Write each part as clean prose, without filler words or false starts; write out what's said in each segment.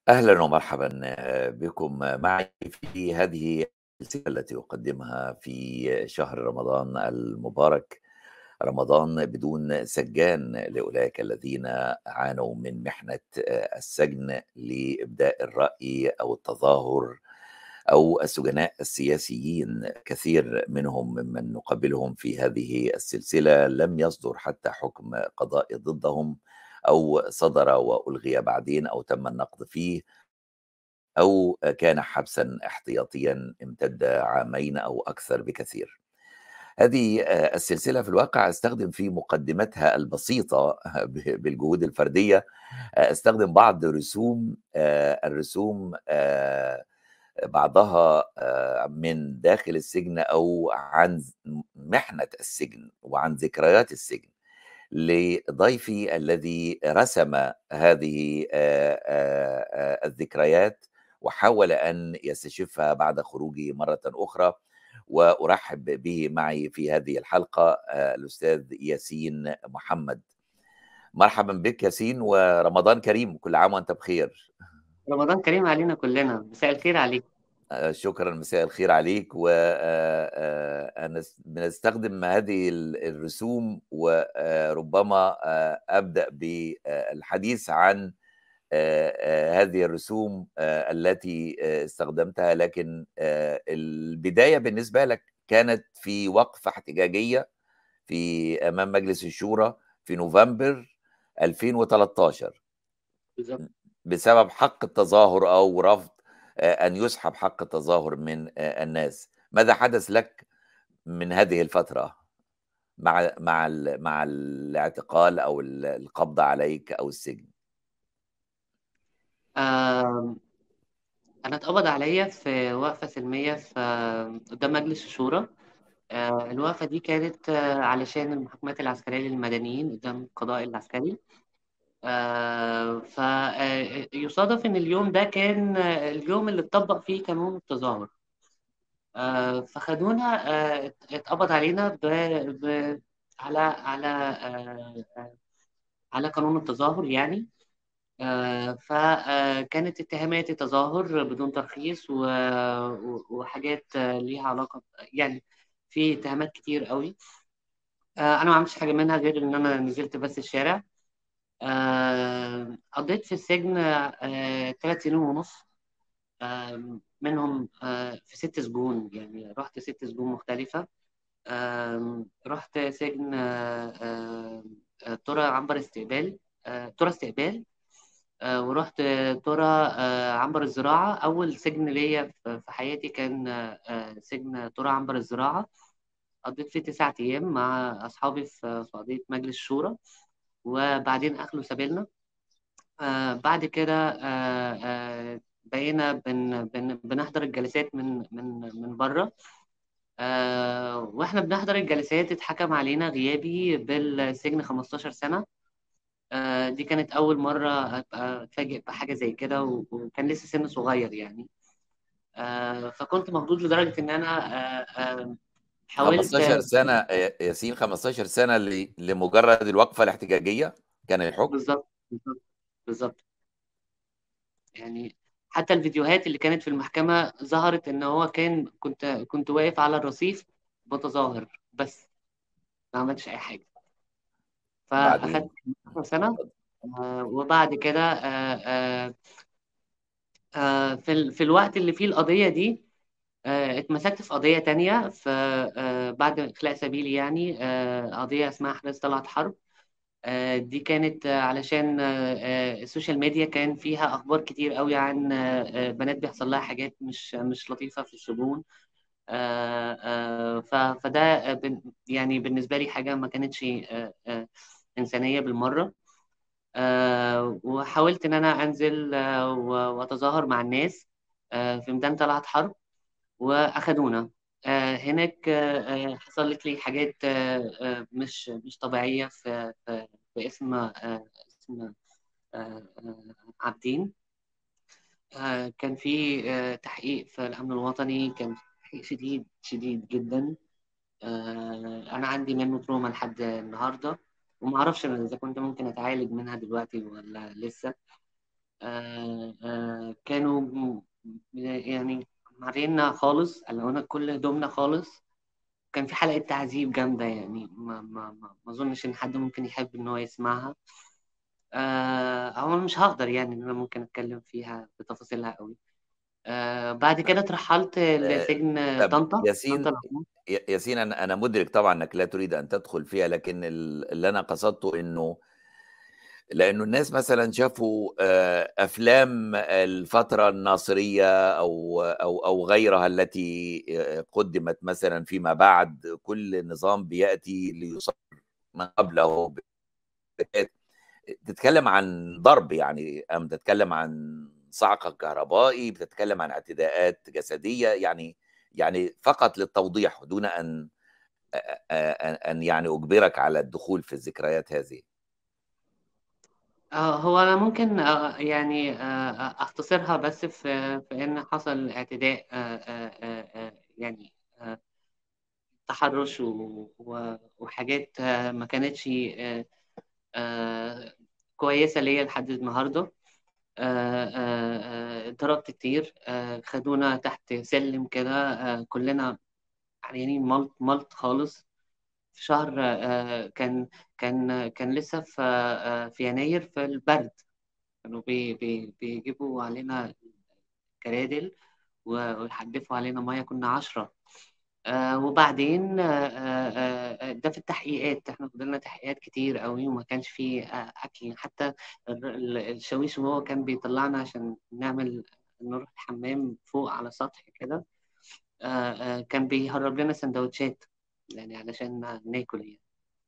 أهلا ومرحبا بكم معي في هذه السلسلة التي أقدمها في شهر رمضان المبارك. رمضان بدون سجان لأولئك الذين عانوا من محنة السجن لإبداء الرأي أو التظاهر أو السجناء السياسيين. كثير منهم ممن نقابلهم في هذه السلسلة لم يصدر حتى حكم قضائي ضدهم، أو صدر وألغي بعدين أو تم النقض فيه، أو كان حبسا احتياطيا امتد عامين أو أكثر بكثير. هذه السلسلة في الواقع أستخدم في مقدمتها البسيطة بالجهود الفردية، أستخدم بعض رسوم الرسوم بعضها من داخل السجن أو عن محنة السجن وعن ذكريات السجن لضيفي الذي رسم هذه الذكريات وحاول أن يستشفها بعد خروجه مرة أخرى. وأرحب به معي في هذه الحلقة الأستاذ ياسين محمد. مرحبا بك ياسين، ورمضان كريم، كل عام وأنت بخير. رمضان كريم علينا كلنا، مساء الخير عليك. شكرا، مساء الخير عليك. وأنا بنستخدم هذه الرسوم، وربما أبدأ بالحديث عن هذه الرسوم التي استخدمتها. لكن البداية بالنسبة لك كانت في وقفة احتجاجية في أمام مجلس الشورى في نوفمبر 2013 بالظبط. بسبب حق التظاهر أو رفض أن يسحب حق التظاهر من الناس. ماذا حدث لك من هذه الفترة مع الاعتقال أو القبض عليك أو السجن؟ آم، أنا اتقبض عليا في وقفة سلمية في قدام مجلس الشورى. الوقفة دي كانت علشان المحاكمات العسكرية للمدنيين قدام القضاء العسكري. فيصادف إن اليوم ده كان اليوم اللي اتطبق فيه قانون التظاهر. فخدونا، اتقبض علينا ب... على قانون التظاهر يعني. فكانت اتهامات تظاهر بدون ترخيص وحاجات ليها علاقة يعني. في اتهامات كتير قوي. أنا ما عملتش حاجة منها غير إن أنا نزلت بس الشارع. قضيت في السجن 3 سنين ونص. منهم في 6 سجون، يعني رحت 6 سجون مختلفة. رحت سجن ترى عنبر استقبال، ترى استقبال. ورحت ترى عنبر الزراعة. أول سجن ليا في حياتي كان سجن ترى عنبر الزراعة. قضيت فيه 9 أيام مع أصحابي في قضية مجلس الشورى، وبعدين أخلوا سبيلنا. بعد كده بقينا بنحضر الجلسات من بره. واحنا بنحضر الجلسات اتحكم علينا غيابي بالسجن 15 سنة. دي كانت أول مرة أبقى أتفاجئ بحاجة زي كده، وكان لسه سن صغير يعني. فكنت مخضوض لدرجة إن أنا حاولت. 15 سنة ياسين، 15 سنة لمجرد الوقفة الاحتجاجية كان الحكم؟ بالظبط، بالظبط، بالظبط. يعني حتى الفيديوهات اللي كانت في المحكمة ظهرت إن هو كنت واقف على الرصيف بتظاهر بس، ما عملتش أي حاجة. فأخدت بعدين 15 سنة. وبعد كده في الوقت اللي فيه القضية دي اتمسكت في قضية تانية في بعد إخلاء سبيلي يعني. قضية اسمها أحداث طلعت حرب. دي كانت علشان السوشيال ميديا كان فيها أخبار كتير قوي عن بنات بيحصل لها حاجات مش لطيفة في السجون. فده يعني بالنسبة لي حاجة ما كانتش إنسانية بالمرة. وحاولت إن أنا أنزل وأتظاهر مع الناس في ميدان طلعت حرب، واخدونا. هناك حصلت لي حاجات مش طبيعية في اسم عابدين. كان في تحقيق في الأمن الوطني، كان تحقيق شديد شديد جدا. أنا عندي منه تروما لحد النهاردة، وما أعرفش إذا كنت ممكن أتعالج منها دلوقتي ولا لسه. عرينا خالص، قلعونا كل هدومنا خالص. كان في حلقة تعذيب جامدة يعني، ما أظنش إن حد ممكن يحب إن هو يسمعها. أو أنا مش هقدر يعني إن أنا ممكن أتكلم فيها بتفاصيلها قوي. بعد كده اترحلت آه، لسجن طب طنطا. طنطا ياسين، العبور. ياسين، انا مدرك طبعا انك لا تريد ان تدخل فيها، لكن اللي انا قصدته انه لانه الناس مثلا شافوا افلام الفتره الناصريه او غيرها التي قدمت مثلا فيما بعد. كل نظام بياتي ليصر ما قبله. تتكلم عن ضرب يعني، ام تتكلم عن صعق كهربائي، بتتكلم عن اعتداءات جسديه يعني؟ يعني فقط للتوضيح دون ان يعني اجبرك على الدخول في الذكريات هذه. هو أنا ممكن يعني أختصرها بس في إن حصل اعتداء، يعني تحرش وحاجات ما كانتش آه، كويسة ليا لحد النهاردة. اتضربت كتير. خدونا تحت سلم كده، كلنا عريانين ملط ملط خالص. في شهر كان لسه في يناير في البرد. كانوا بيجيبوا علينا كرادل ويحدفوا علينا مية، كنا 10. وبعدين ده في التحقيقات، احنا فضلنا تحقيقات كتير قوي وما كانش فيه اكل حتى. الشاويش وهو كان بيطلعنا عشان نروح الحمام فوق على سطح كده. كان بيهرب لنا سندوتشات يعني علشان ناكل يعني.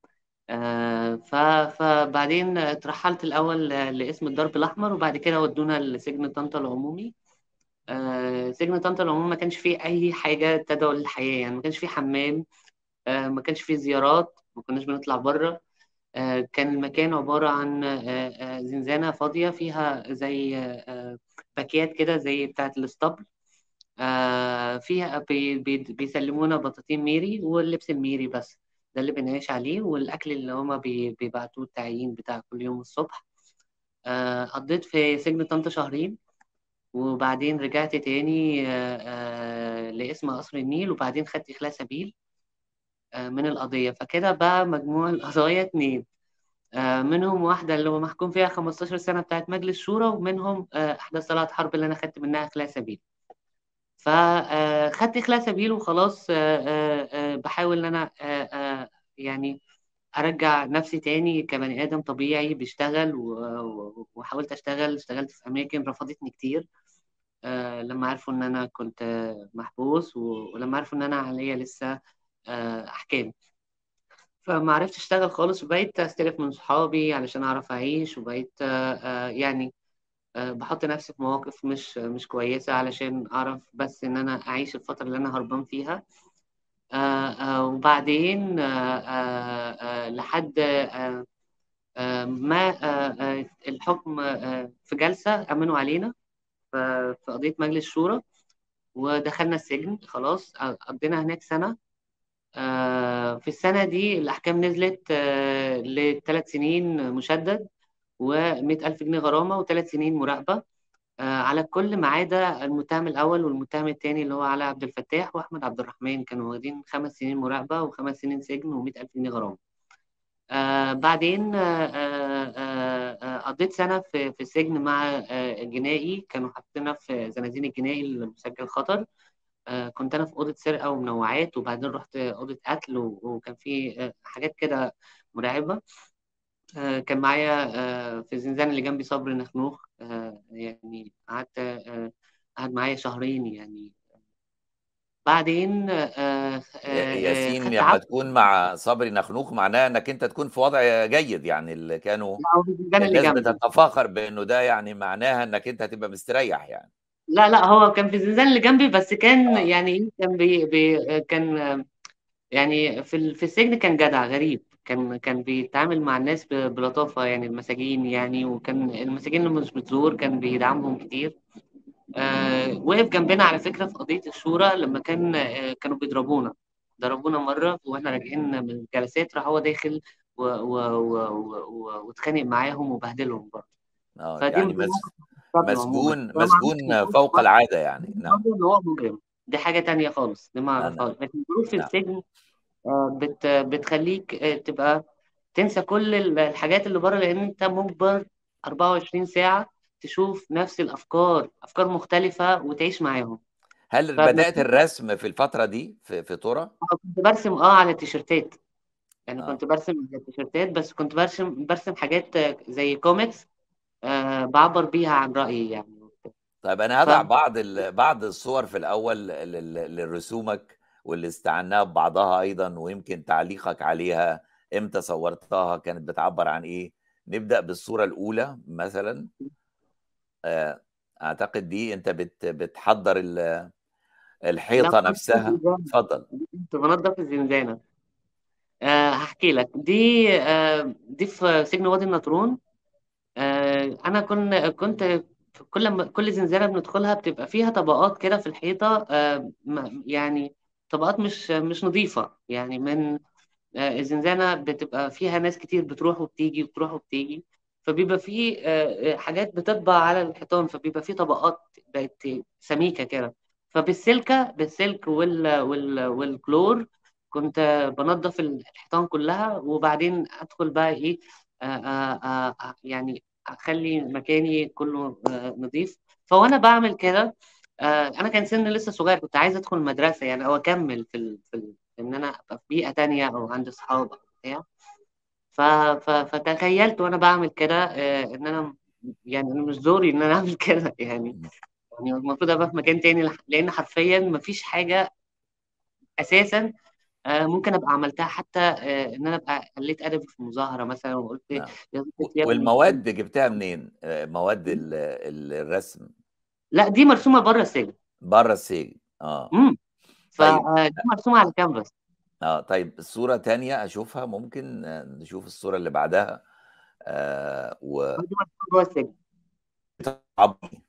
فبعدين اترحلت الأول لاسم الدرب الأحمر، وبعد كده ودونا لسجن طنطا العمومي. سجن طنطا العمومي ما كانش فيه أي حاجة تدعو للحياة يعني، ما كانش فيه حمام، ما كانش فيه زيارات، ما كناش بنطلع بره. كان المكان عبارة عن زنزانة فاضية فيها زي باكيات كده زي بتاعة الاسطبل. فيها بيسلمونا بطاطين ميري واللبس الميري بس. ده اللي بنعيش عليه، والأكل اللي هما بيبعتوه التعيين بتاع كل يوم الصبح. قضيت في سجن طنطا شهرين، وبعدين رجعت تاني لاسم قصر النيل، وبعدين خدت إخلاء سبيل من القضية. فكده بقى مجموع القضايا 2. منهم واحدة اللي هو محكوم فيها 15 سنة بتاعت مجلس شورى، ومنهم أحداث طلعت حرب اللي أنا خدت منها إخلاء سبيل. فخدت إخلاء سبيل وخلاص. بحاول إن أنا يعني أرجع نفسي تاني كبني آدم طبيعي بيشتغل، وحاولت اشتغلت في أماكن رفضتني كتير. لما عرفوا إن أنا كنت محبوس، ولما عرفوا إن أنا عليا لسه أحكام. فما عرفتش اشتغل خالص، وبقيت استلف من صحابي علشان اعرف اعيش، وبقيت يعني بحط نفسي في مواقف مش كويسة علشان اعرف بس ان انا اعيش الفترة اللي انا هربان فيها. وبعدين لحد ما الحكم في جلسة امنوا علينا في قضية مجلس شورى، ودخلنا السجن خلاص. قضينا هناك سنة. في السنة دي الأحكام نزلت ل3 سنين مشدد، و100,000 جنيه غرامة، و3 سنين مراقبة على الكل، ما عدا المتهم الأول والمتهم الثاني اللي هو علي عبد الفتاح وأحمد عبد الرحمن. كانوا واخدين 5 سنين مراقبة و5 سنين سجن و100,000 جنيه غرامة. بعدين قضيت سنة في السجن مع جنائي. كانوا حاطيننا في زنازين الجنائي المسجل خطر. كنت انا في اوضه سرقه ومنوعات، وبعدين رحت اوضه قتل، وكان في حاجات كده مرعبه. كان معايا في الزنزانه اللي جنبي صبري نخنوخ. يعني قعد معايا شهرين يعني. بعدين ياسين، خدت لما عفو. تكون مع صبري نخنوخ معناه انك انت تكون في وضع جيد يعني. اللي كانوا لا، هو في الزنزانه اللي الناس جنبي. بتتفاخر بانه ده يعني معناها انك انت هتبقى مستريح يعني. لا لا، هو كان في الزنزانه اللي جنبي، بس كان اه. يعني كان كان يعني في السجن كان جدع غريب. كان بيتعامل مع الناس بلطافة يعني، المساجين يعني. وكان المساجين اللي مش بتزور كان بيدعمهم كتير. وقف جنبنا على فكرة في قضية الشورى لما كانوا بيضربونا. ضربونا مرة واحنا راجعين من الجلسات، راح هو داخل واتخانق معاهم وبهدلهم برضه. اه فدي يعني موقف. طب عموما مسجون فما عملش مسجون فوق العادة يعني. نعم. برضه ان هو مجرم. دي حاجة تانية خالص، دي ما أنا اعرفهاش. لكن الظروف في نعم. السجن بتخليك تبقى تنسى كل الحاجات اللي بره، لان انت مجبر 24 ساعة تشوف نفس الافكار، افكار مختلفة وتعيش معاهم. هل فما بدأت الرسم في الفترة دي في تورا؟ كنت برسم على التيشيرتات، يعني اه. كنت برسم على التيشيرتات، بس كنت برسم حاجات زي كوميكس، بعبر بيها عن رأيي يعني. طيب انا ف هضع بعض الصور في الاول لرسومك واللي استعناها ببعضها ايضا، ويمكن تعليقك عليها، امتى صورتها، كانت بتعبر عن ايه. نبدأ بالصورة الاولى مثلا. آه، اعتقد دي انت بتحضر لا، الحيطة كنت في نفسها. الزنزانة، اتفضل. كنت بنضف الزنزانة. هحكي لك. دي في سجن وادي النطرون. انا كنت في كل زنزانه بندخلها بتبقى فيها طبقات كده في الحيطه، يعني طبقات مش نظيفه، يعني من الزنزانة بتبقى فيها ناس كتير بتروح وبتيجي وبتروح وبتيجي، فبيبقى فيه حاجات بتطبع على الحيطان، فبيبقى فيه طبقات بقت سميكة كده. بالسلك والكلور كنت بنظف الحيطان كلها، وبعدين أدخل بقى إيه، يعني أخلي مكاني كله نظيف. فوأنا بعمل كده، أنا كان سني لسه صغير، كنت عايز أدخل مدرسة يعني، أو أكمل ان انا ابقى في بيئه تانية او عندي اصحاب أو بتاع. فتخيلت وانا بعمل كده ان انا، يعني انا مش دوري ان انا اعمل كده يعني. يعني المفروض ابقى في مكان تاني، لان حرفيا مفيش حاجه اساسا ممكن ابقى عملتها، حتى ان انا ابقى قلت ادبي في مظاهره مثلا وقلت نعم. يا ست يا ابني. والمواد جبتها منين؟ مواد الرسم؟ لا، دي مرسومه بره السجن. بره السجن. اه. امم طيب. فدي مرسومه على كانفاس. اه طيب، الصورة تانية اشوفها ممكن، نشوف الصورة اللي بعدها. و دي مرسومه جوه السجن. عظمي.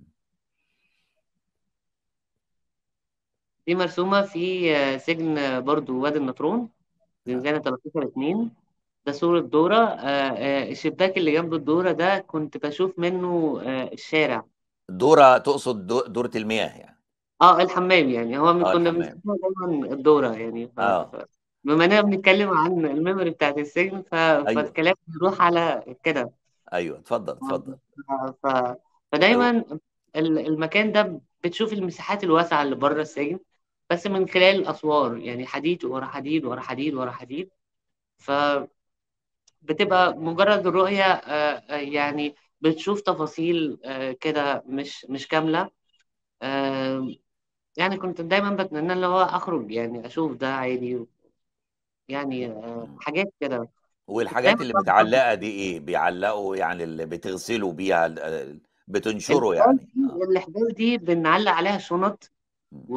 دي مرسومه في سجن برضو وادي النطرون، نعم. زنزانة 13/2. ده صورة دورة. الشباك اللي جنب الدورة ده كنت بشوف منه الشارع. دورة تقصد دورة المياه يعني؟ اه، الحمام يعني، هو اه، كنا الحمام. بنسميها دايما الدورة يعني. اه. بما اننا بنتكلم عن الميموري بتاعت السجن، ايوه. فالكلام بيروح على كده. ايوه، اتفضل اتفضل. ف... فدايما ايوه. المكان ده بتشوف المساحات الواسعة اللي بره السجن، بس من خلال الأسوار، يعني حديد ورا حديد ورا حديد ورا حديد. بتبقى مجرد الرؤية يعني بتشوف تفاصيل كده مش كاملة. آه، يعني كنت دايما بتمنى اللي هو أخرج يعني أشوف ده عادي، يعني مم. حاجات كده. كنت دايما والحاجات اللي بفضل متعلقة دي ايه؟ بيعلقوا يعني اللي بتغسلوا بيها، بتنشروا الحبال يعني؟ اه. دي. الحبال دي بنعلق عليها شنط، مم.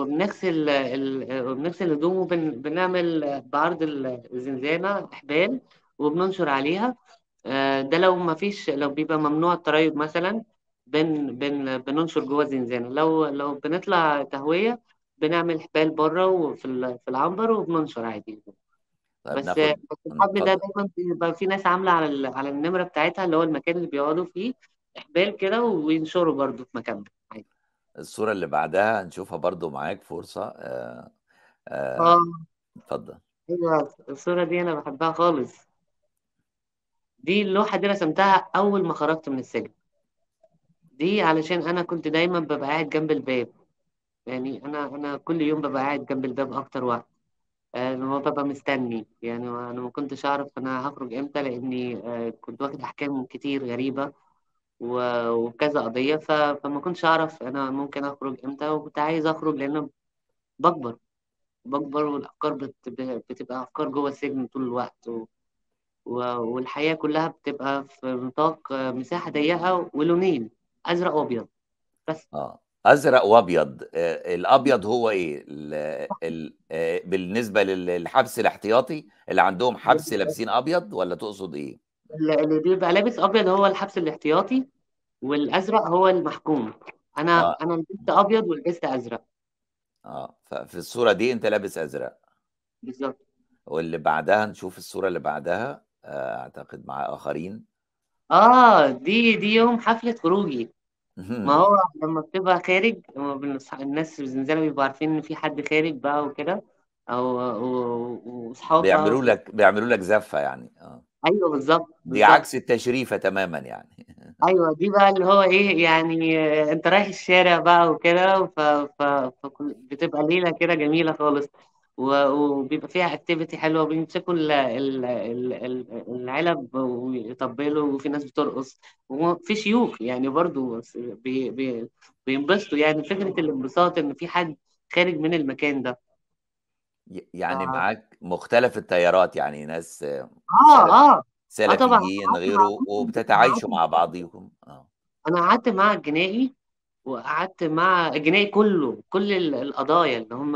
وبنغسل الهدوم، وبنعمل بعرض الزنزانة حبال وبننشر عليها. ده لو ما فيش، لو بيبقى ممنوع التريض مثلا، بننشر جوه الزنزانة. لو بنطلع تهوية، بنعمل حبال بره وفي في العنبر وبننشر عادي. طيب ناخد. بس الحبل ده اتفضل. دايما بيبقى في ناس عاملة على النمرة بتاعتها، اللي هو المكان اللي بيقعدوا فيه، حبال كده، وينشروا برضه في مكانهم عادي. الصورة اللي بعدها هنشوفها برضو معاك فرصة. اه، آه اتفضل. ايوه، الصورة دي انا بحبها خالص. دي اللوحة دي رسمتها اول ما خرجت من السجن. دي علشان انا كنت دايما ببقى قاعد جنب الباب، يعني انا كل يوم ببقى قاعد جنب الباب اكتر وقت. لما ببقى مستني، يعني انا ما كنتش اعرف انا هخرج امتى، لاني كنت واخد احكام كتير غريبة وكذا قضية. فما كنتش اعرف انا ممكن اخرج امتى، وكنت عايز اخرج لان بكبر بكبر، والافكار بتبقى افكار جوه السجن طول الوقت، والحياة كلها بتبقى في نطاق مساحة ضيقة ولونين، أزرق وأبيض بس. اه، ازرق وابيض. الابيض هو ايه؟ بالنسبة للحبس الاحتياطي اللي عندهم حبس لابسين ابيض، ولا تقصد ايه؟ اللي بيبقى لابس أبيض هو الحبس الاحتياطي، والأزرق هو المحكوم. أنا اه. أنا لبست أبيض ولبست أزرق. اه، ففي الصورة دي انت لابس ازرق. بالظبط. واللي بعدها نشوف الصورة اللي بعدها، اعتقد مع اخرين. دي يوم حفلة خروجي. ما هو لما بتبقى خارج، هما الناس الزنزانة بيبقوا عارفين إن في حد خارج بقى وكده، أو وأصحاب بقى بيعملوا وكده. لك بيعملوا لك زفة يعني، أيوه بالظبط دي بالظبط. عكس التشريفة تماما يعني. ايوه دي بقى اللي هو ايه يعني، انت رايح الشارع بقى وكده، بتبقى ليله كده جميله خالص. وبيبقى فيها اكتيفيتي حلوه، بيمسكوا العلب ويطبلوا، وفي ناس بترقص، وفي شيوخ يعني برضو بينبسطوا. يعني فكره الانبساط ان في حد خارج من المكان ده. يعني اه معاك مختلف التيارات، يعني ناس اه اه. طبعا سلفيين غيره، وبتتعايشوا مع بعضيكم. انا قعدت مع الجنائي، وقعدت مع الجنائي كله، كل القضايا اللي هم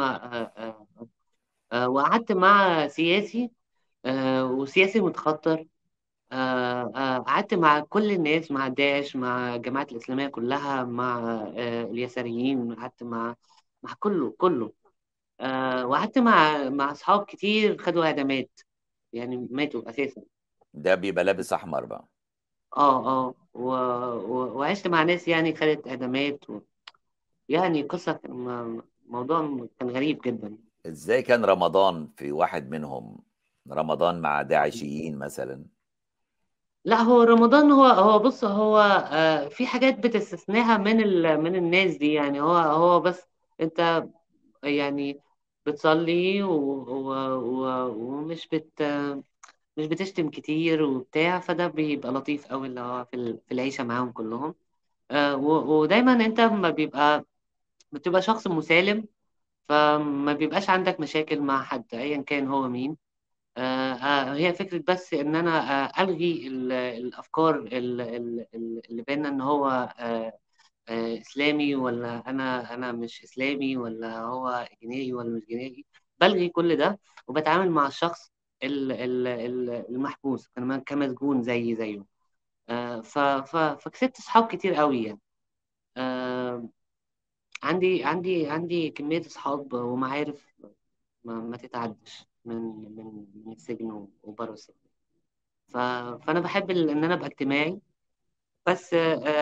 وقعدت مع سياسي وسياسي متخطر. قعدت مع كل الناس، مع داعش، مع الجماعات الإسلامية كلها، مع اليساريين، قعدت مع كله. وقعدت مع أصحاب كتير خدوا إعدامات، يعني ماتوا أساسا. ده بيبقى لابس احمر بقى. اه وعشت مع ناس يعني خدت إعدامات يعني قصة موضوع كان غريب جدا. ازاي كان رمضان في واحد منهم، رمضان مع داعشيين مثلا؟ لا هو رمضان، هو بص، هو في حاجات بتستثناها من الناس دي. يعني هو بس انت يعني بتصلي ومش مش بتشتم كتير وبتاع، فده بيبقى لطيف قوي اللي هو في العيشة معاهم كلهم. ودايما انت ما بتبقى شخص مسالم، فما بيبقاش عندك مشاكل مع حد ايا كان هو مين. هي فكرة بس إن أنا ألغي الأفكار اللي بيننا، إن هو إسلامي ولا أنا مش إسلامي، ولا هو جنائي ولا مش جنائي. بلغي كل ده، وبتعامل مع الشخص المحبوس كمسجون زيه. فكسبت صحاب كتير قوي يعني. آه، عندي كمية صحاب ومعارف ما تتعدش من السجن وبره السجن. ف... فانا بحب ان انا ابقى اجتماعي، بس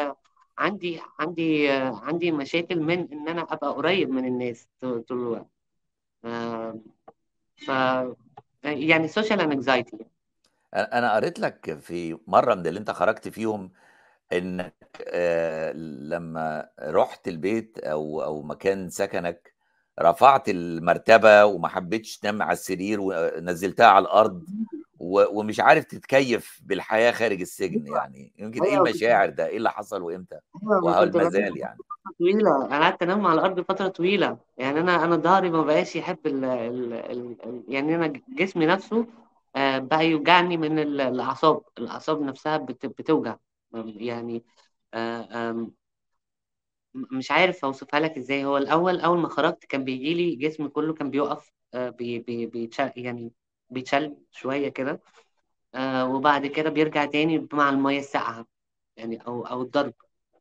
عندي مشاكل من ان انا ابقى قريب من الناس طول الوقت. آه، ف يعني سوشيال انكزايتي. انا قريت لك في مره من اللي انت خرجت فيهم انك لما رحت البيت او مكان سكنك، رفعت المرتبه وما حبيتش تنام على السرير ونزلتها على الارض، ومش عارف تتكيف بالحياه خارج السجن. يعني يمكن ايه ايوه المشاعر ده، ايه اللي حصل وامتى ايوه وهل كنت ما بنام زال يعني؟ فتره طويله. انا قعدت انام على الارض فتره طويله. يعني انا ظهري ما بقاش يحب يعني انا جسمي نفسه بقى يوجعني من الاعصاب نفسها بتوجع يعني. آه، آم، مش عارف اوصفها لك ازاي. هو اول ما خرجت كان بيجي لي جسمي كله كان بيقف، بيتشل يعني، بيتشل شويه كده. وبعد كده بيرجع تاني مع الميه الساقعه، يعني او الضرب.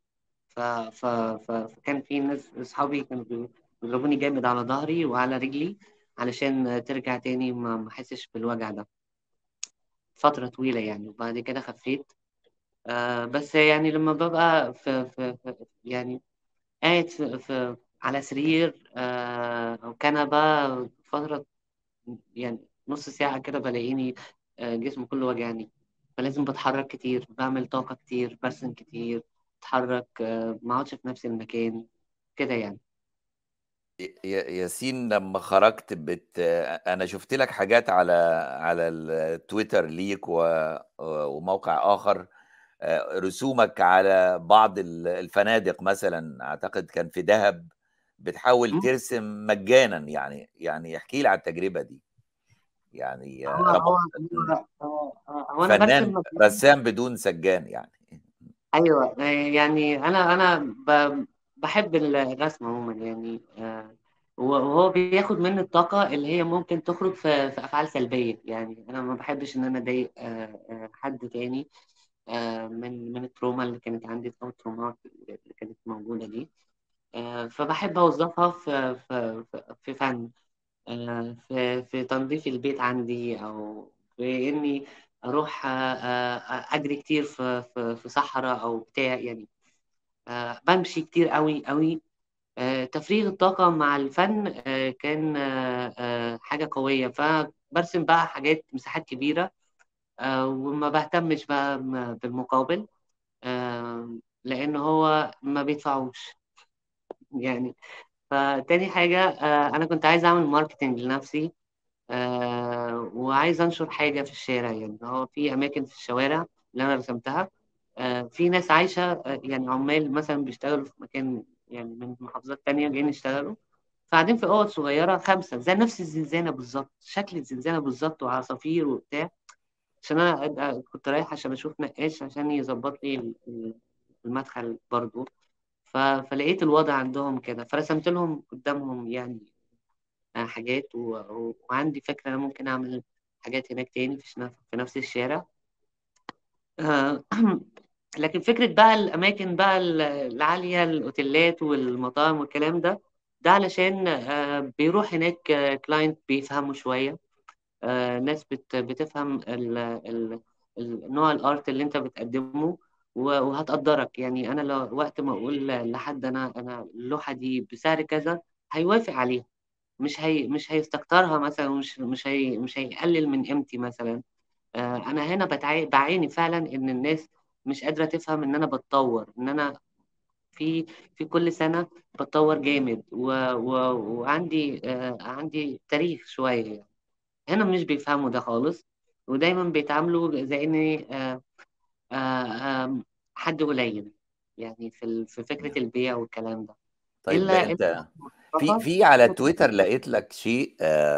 فكان في ناس اصحابي كانوا بيضربوني جامد على ظهري وعلى رجلي علشان ترجع تاني ما احسش بالوجع ده فتره طويله يعني. وبعد كده خفيت. بس يعني لما ببقى يعني قاعد على سرير أو كنبة فترة، يعني نص ساعة كده بلاقيني جسمي كله وجعني. فلازم بتحرك كتير، بعمل طاقة كتير، برسم كتير، بتحرك، ما اقعدش في نفس المكان كده يعني. ياسين، لما خرجت انا شفت لك حاجات على التويتر ليك وموقع اخر، رسومك على بعض الفنادق مثلا، اعتقد كان في دهب، بتحاول مم. ترسم مجانا. يعني احكي لي على التجربة دي. يعني هو هو هو انا برسم فنان مكان. رسام بدون سجان يعني. ايوه يعني انا بحب الرسم عموما يعني. وهو بياخد مني الطاقه اللي هي ممكن تخرج في افعال سلبيه. يعني انا ما بحبش ان انا اضايق حد تاني من التروما اللي كانت عندي، او الترومات اللي كانت موجوده دي. فبحب اوظفها في فن، في تنظيف البيت عندي، او في اني اروح اجري كتير في صحراء او بتاع يعني. بمشي كتير قوي قوي. تفريغ الطاقة مع الفن كان حاجة قوية، فبرسم بقى حاجات مساحات كبيرة، وما بهتمش بقى بالمقابل، لأن هو ما بيدفعوش يعني. فتاني حاجة، أنا كنت عايز أعمل ماركتينج لنفسي، وعايز أنشر حاجة في الشارع. يعني هو في أماكن في الشوارع اللي أنا رسمتها، في ناس عايشة، يعني عمال مثلا بيشتغلوا في مكان يعني من محافظات تانية جايين يشتغلوا، فقاعدين في أوض صغيرة خمسة زي نفس الزنزانة بالظبط، شكل الزنزانة بالظبط، وعصافير وبتاع. عشان أنا كنت رايح عشان أشوف نقاش عشان يظبط لي المدخل برضو. فلقيت الوضع عندهم كده، فرسمت لهم قدامهم يعني حاجات، وعندي فكرة أنا ممكن أعمل حاجات هناك تاني في نفس الشارع. آه، لكن فكرة بقى الأماكن بقى العالية، الأوتيلات والمطاعم والكلام ده، ده علشان بيروح هناك كلاينت بيفهموا شوية، ناس بتفهم نوع الارت اللي انت بتقدمه، وهتقدرك. يعني انا لو وقت ما اقول لحد انا اللوحه دي بسعر كذا، هيوافق عليها، مش هيستكترها مثلا، مش هيقلل من قيمتي مثلا. انا هنا بعاني فعلا ان الناس مش قادره تفهم ان انا بتطور، ان انا في في كل سنه بتطور جامد، وعندي عندي تاريخ شويه. هنا مش بيفهموا ده خالص، ودايما بيتعاملوا زي اني آه، حد قليل، يعني في فكرة البيع والكلام ده. طيب الا انت في مصطفى. في على تويتر لقيت لك شيء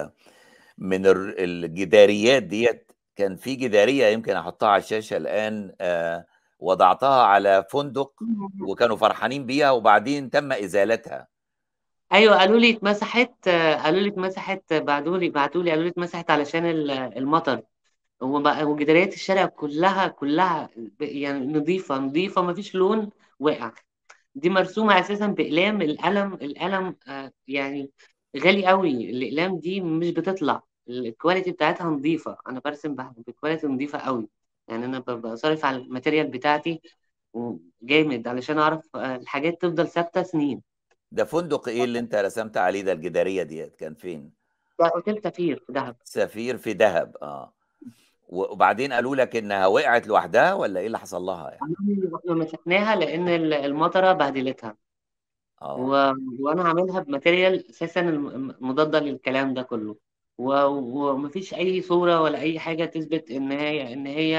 من الجداريات ديت. كان في جدارية يمكن احطها على الشاشة الآن، وضعتها على فندق وكانوا فرحانين بيها وبعدين تم إزالتها. ايوه، قالوا لي اتمسحت، بعتوا لي قالوا لي اتمسحت علشان المطر. وجداريات الشارع كلها يعني نظيفة نظيفة، ما فيش لون واقع. دي مرسومة أساسا بأقلام، القلم يعني غالي قوي. الأقلام دي مش بتطلع الكواليتي بتاعتها نظيفة، أنا برسم بكواليتي نظيفة قوي. يعني أنا ببقى صارف على الماتيريال بتاعتي جامد علشان أعرف الحاجات تفضل ثابتة سنين. ده فندق ايه اللي انت رسمت عليه ده؟ الجدارية ديت كان فين؟ ده أوتيل سفير في دهب. سفير في دهب، اه. وبعدين قالوا لك انها وقعت لوحدها ولا ايه اللي حصل لها يعني؟ احنا مسكناها لأن المطرة بهدلتها، اه. و... وانا عاملها بماتيريال اساسا مضاده للكلام ده كله، ومفيش اي صوره ولا اي حاجه تثبت ان هي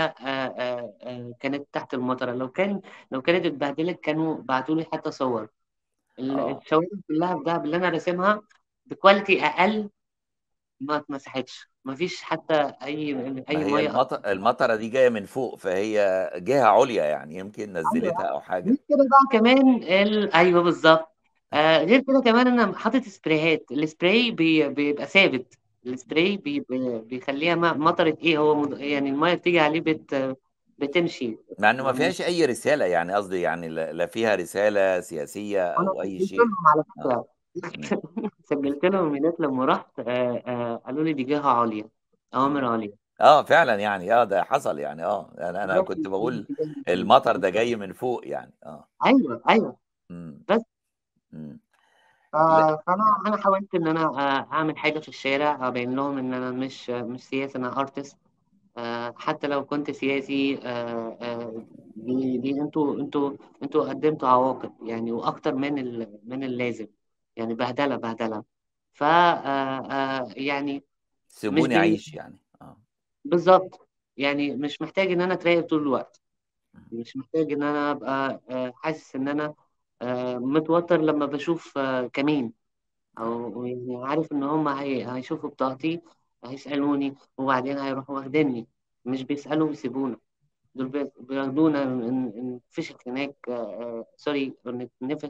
كانت تحت المطره. لو كانت اتبهدلت كانوا بعتوا لي حتى صور. اه. الشوارع كلها في دهب اللي انا راسمها بكواليتي اقل ما اتمسحتش، مفيش حتى ما اي هي ميه. المطره دي جايه من فوق، فهي جهه عليا يعني يمكن ايوه، نزلتها او غير حاجه. كده بقى كمان ايوه بالظبط. غير كده كمان انا حاطط سبرايات، السبراي بيبقى ثابت. السبراي بيخليها مطرة ايه، هو يعني الميه بتيجي عليه بتمشي. مع انه ما وانا فيهاش اي رساله، يعني قصدي يعني لا فيها رساله سياسيه او اي سجلت شيء. لهم على اه. فكره. مم. سجلت لهم هناك لما رحت، قالوا لي دي جهه عليا، اوامر مم. عليا. فعلا يعني، ده حصل يعني. انا بس كنت بقول المطر ده جاي من فوق يعني. ايوه ايوه. مم. بس مم. ف- لا. فانا حاولت ان انا اعمل حاجه في الشارع، ابين لهم ان انا مش سياسي، انا ارتست. حتى لو كنت سياسي، دي انتوا قدمتوا عواقب يعني، واكتر من اللازم، يعني بهدله بهدله. ف يعني مش سيبوني اعيش يعني. بالظبط. يعني مش محتاج ان انا اتراقب طول الوقت، مش محتاج ان انا ابقى حاسس ان انا متوتر لما بشوف كمين، اه. او يعني عارف ان هم هيشوفوا بطاقتي، هيسالوني وبعدين هيروحوا واخديني، مش بيسالوا ويسيبونا. دول بياخدونا نفشخ هناك، سوري، نتنفخ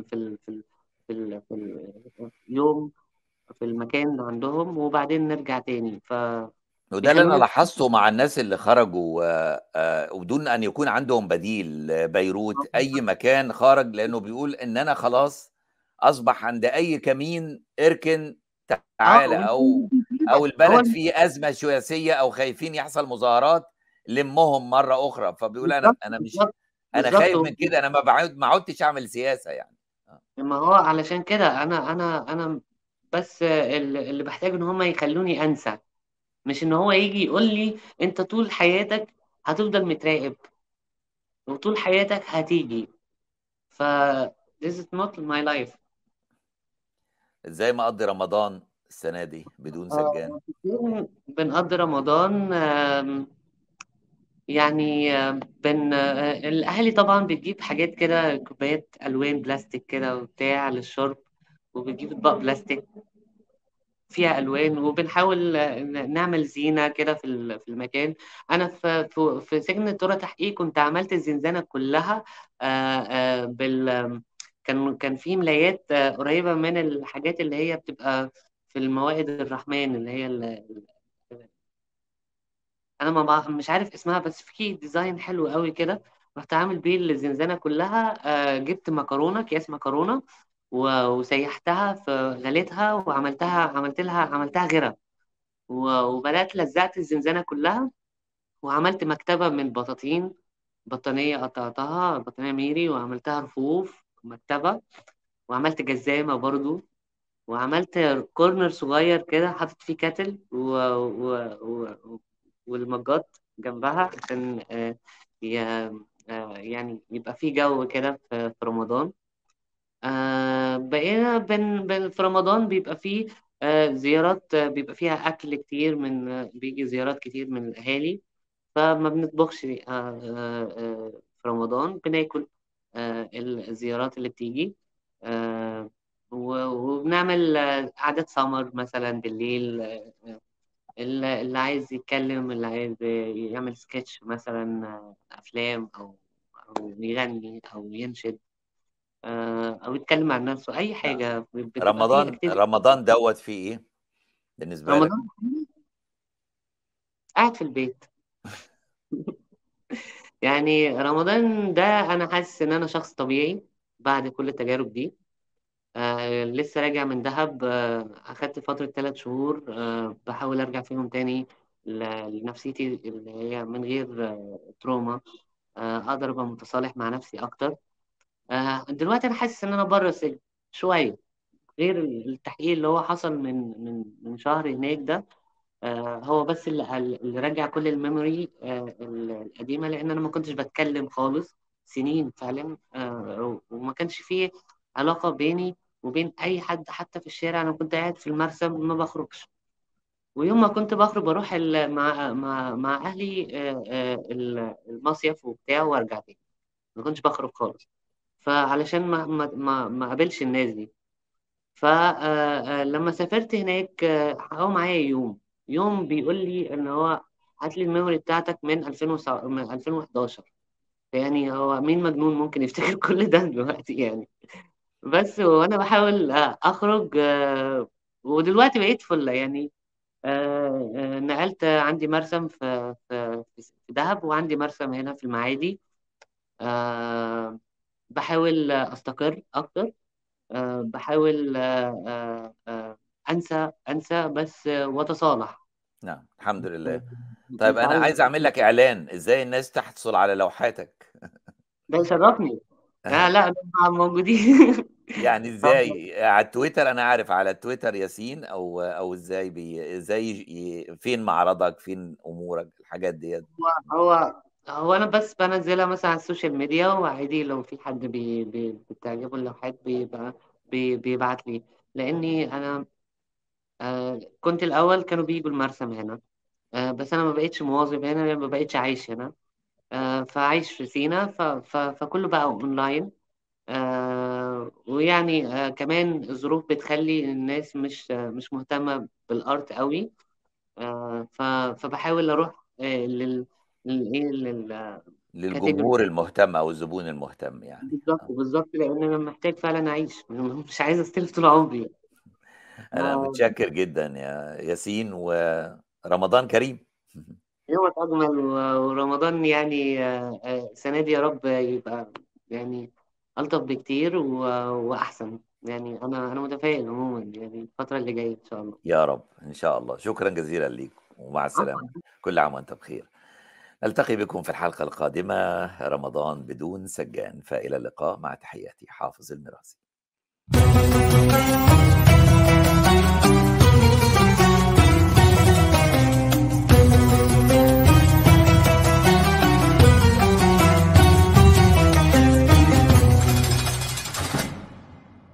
في اليوم في المكان اللي عندهم، وبعدين نرجع تاني، وده اللي انا فبيخلونا. لاحظته مع الناس اللي خرجوا، وبدون ان يكون عندهم بديل. بيروت اي مكان خرج لانه بيقول ان انا خلاص اصبح عند اي كمين اركن اه، تعالى، او هو البلد فيه ازمه سياسيه او خايفين يحصل مظاهرات، لمهم مره اخرى. فبيقول انا بالظبط انا مش بالظبط. انا بالظبط. خايف من كده، انا ما عدتش اعمل سياسه يعني. ما هو علشان كده انا بس اللي بحتاج ان هم يخلوني انسى، مش ان هو يجي يقول لي انت طول حياتك هتفضل متراقب، وطول حياتك هتيجي. ف this is not my life. ازاي مقضي رمضان السنه دي بدون سجان؟ بنقضي رمضان، يعني الأهالي طبعا بتجيب حاجات كده، كوبايات ألوان بلاستيك كده وبتاع للشرب، وبتجيب أطباق بلاستيك فيها ألوان، وبنحاول نعمل زينة كده في المكان. أنا في سجن الترى تحقيق كنت عملت الزنزانة كلها آه، بال كان في ملايات قريبة من الحاجات اللي هي بتبقى في الموائد الرحمن، اللي هي انا مش عارف اسمها، بس في ديزاين حلو قوي كده، رحت عامل بيه الزنزانه كلها. جبت مكرونه، اكياس مكرونه، وسيحتها في غليتها، عملتها غيرها، وبدات لزقت الزنزانه كلها، وعملت مكتبه من بطاطين، بطانيه قطعتها بطانيه ميري وعملتها رفوف مكتبه، وعملت جزامه برضو، وعملت كورنر صغير كده حاطط فيه كاتل والمجات جنبها، عشان يعني يبقى فيه جو كده في رمضان. بقينا في رمضان بيبقى فيه زيارات، بيبقى فيها أكل كتير، بيجي زيارات كتير من الأهالي، فما بنطبخش في رمضان، بناكل الزيارات اللي بتيجي. وبنعمل قعدات سمر مثلا بالليل، اللي عايز يتكلم، اللي عايز يعمل سكتش مثلا، أفلام، أو يغني أو ينشد، أو يتكلم عن نفسه، أي نعم. حاجة بتبقى فيه رمضان اكتيفيتي. رمضان دوت فيه ايه بالنسبه لك؟ رمضان قاعد في البيت. يعني رمضان ده أنا حاسس إن أنا شخص طبيعي بعد كل التجارب دي. لسه راجع من دهب، أخدت فترة 3 شهور بحاول أرجع فيهم تاني لنفسيتي اللي هي من غير تروما، أقدر أبقى متصالح مع نفسي أكتر. دلوقتي أنا حاسس إن أنا بره السجن شوية، غير التحقيق اللي هو حصل من شهر هناك ده. هو بس اللي رجع كل الميموري القديمة، لأن أنا ما كنتش بتكلم خالص سنين فعلا، وما كانش فيه علاقة بيني وبين أي حد حتى في الشارع. أنا كنت قاعد في المرسم ما بخرجش، ويوم ما كنت بخرج بروح مع أهلي المصيف وبتاع وأرجع تاني، ما كنتش بخرج خالص، فعلشان ما قابلش الناس دي. فلما سافرت هناك هو معايا يوم بيقول لي ان هو هات لي الميموري بتاعتك من 2011. يعني هو مين مجنون ممكن يفتكر كل ده دلوقتي يعني؟ بس وانا بحاول اخرج، ودلوقتي بقيت فل يعني. نقلت، عندي مرسم في دهب، وعندي مرسم هنا في المعادي. بحاول استقر اكتر، بحاول انسى بس واتصالح. نعم الحمد لله. طيب مش انا عايز. عايز اعمل لك اعلان ازاي الناس تحصل على لوحاتك. ده يشرفني. لا ده موجودين. يعني طب ازاي على التويتر؟ انا عارف على التويتر ياسين، او ازاي ازاي فين معرضك، فين امورك الحاجات ديت؟ هو انا بس بنزلها مثلا على السوشيال ميديا، وعادي لو في حد بتعجبه اللوحات بيبقى بيبعت لي، لاني انا كنت الاول كانوا بيجوا المرسم هنا، بس انا ما بقتش مواظب هنا، ما بقتش عايش هنا، فعايش في سينا، فكله بقى اونلاين. ويعني كمان الظروف بتخلي الناس مش مهتمة بالارت قوي. فبحاول اروح للايه للكاتيجوري. للجمهور المهتم او الزبون المهتم يعني. بالظبط لان انا محتاج فعلا اعيش، مش عايز استلف طول عمري. انا آه، متشكر جدا يا ياسين، ورمضان كريم. يومك اجمل، ورمضان يعني السنه دي يا رب يبقى يعني الطف بكتير واحسن. يعني انا متفائل عموما، يعني الفتره اللي جايه ان شاء الله. يا رب ان شاء الله. شكرا جزيلا ليك ومع السلامه. كل عام وانت بخير. نلتقي بكم في الحلقة القادمة، رمضان بدون سجان، فإلى اللقاء، مع تحياتي حافظ الميراثي.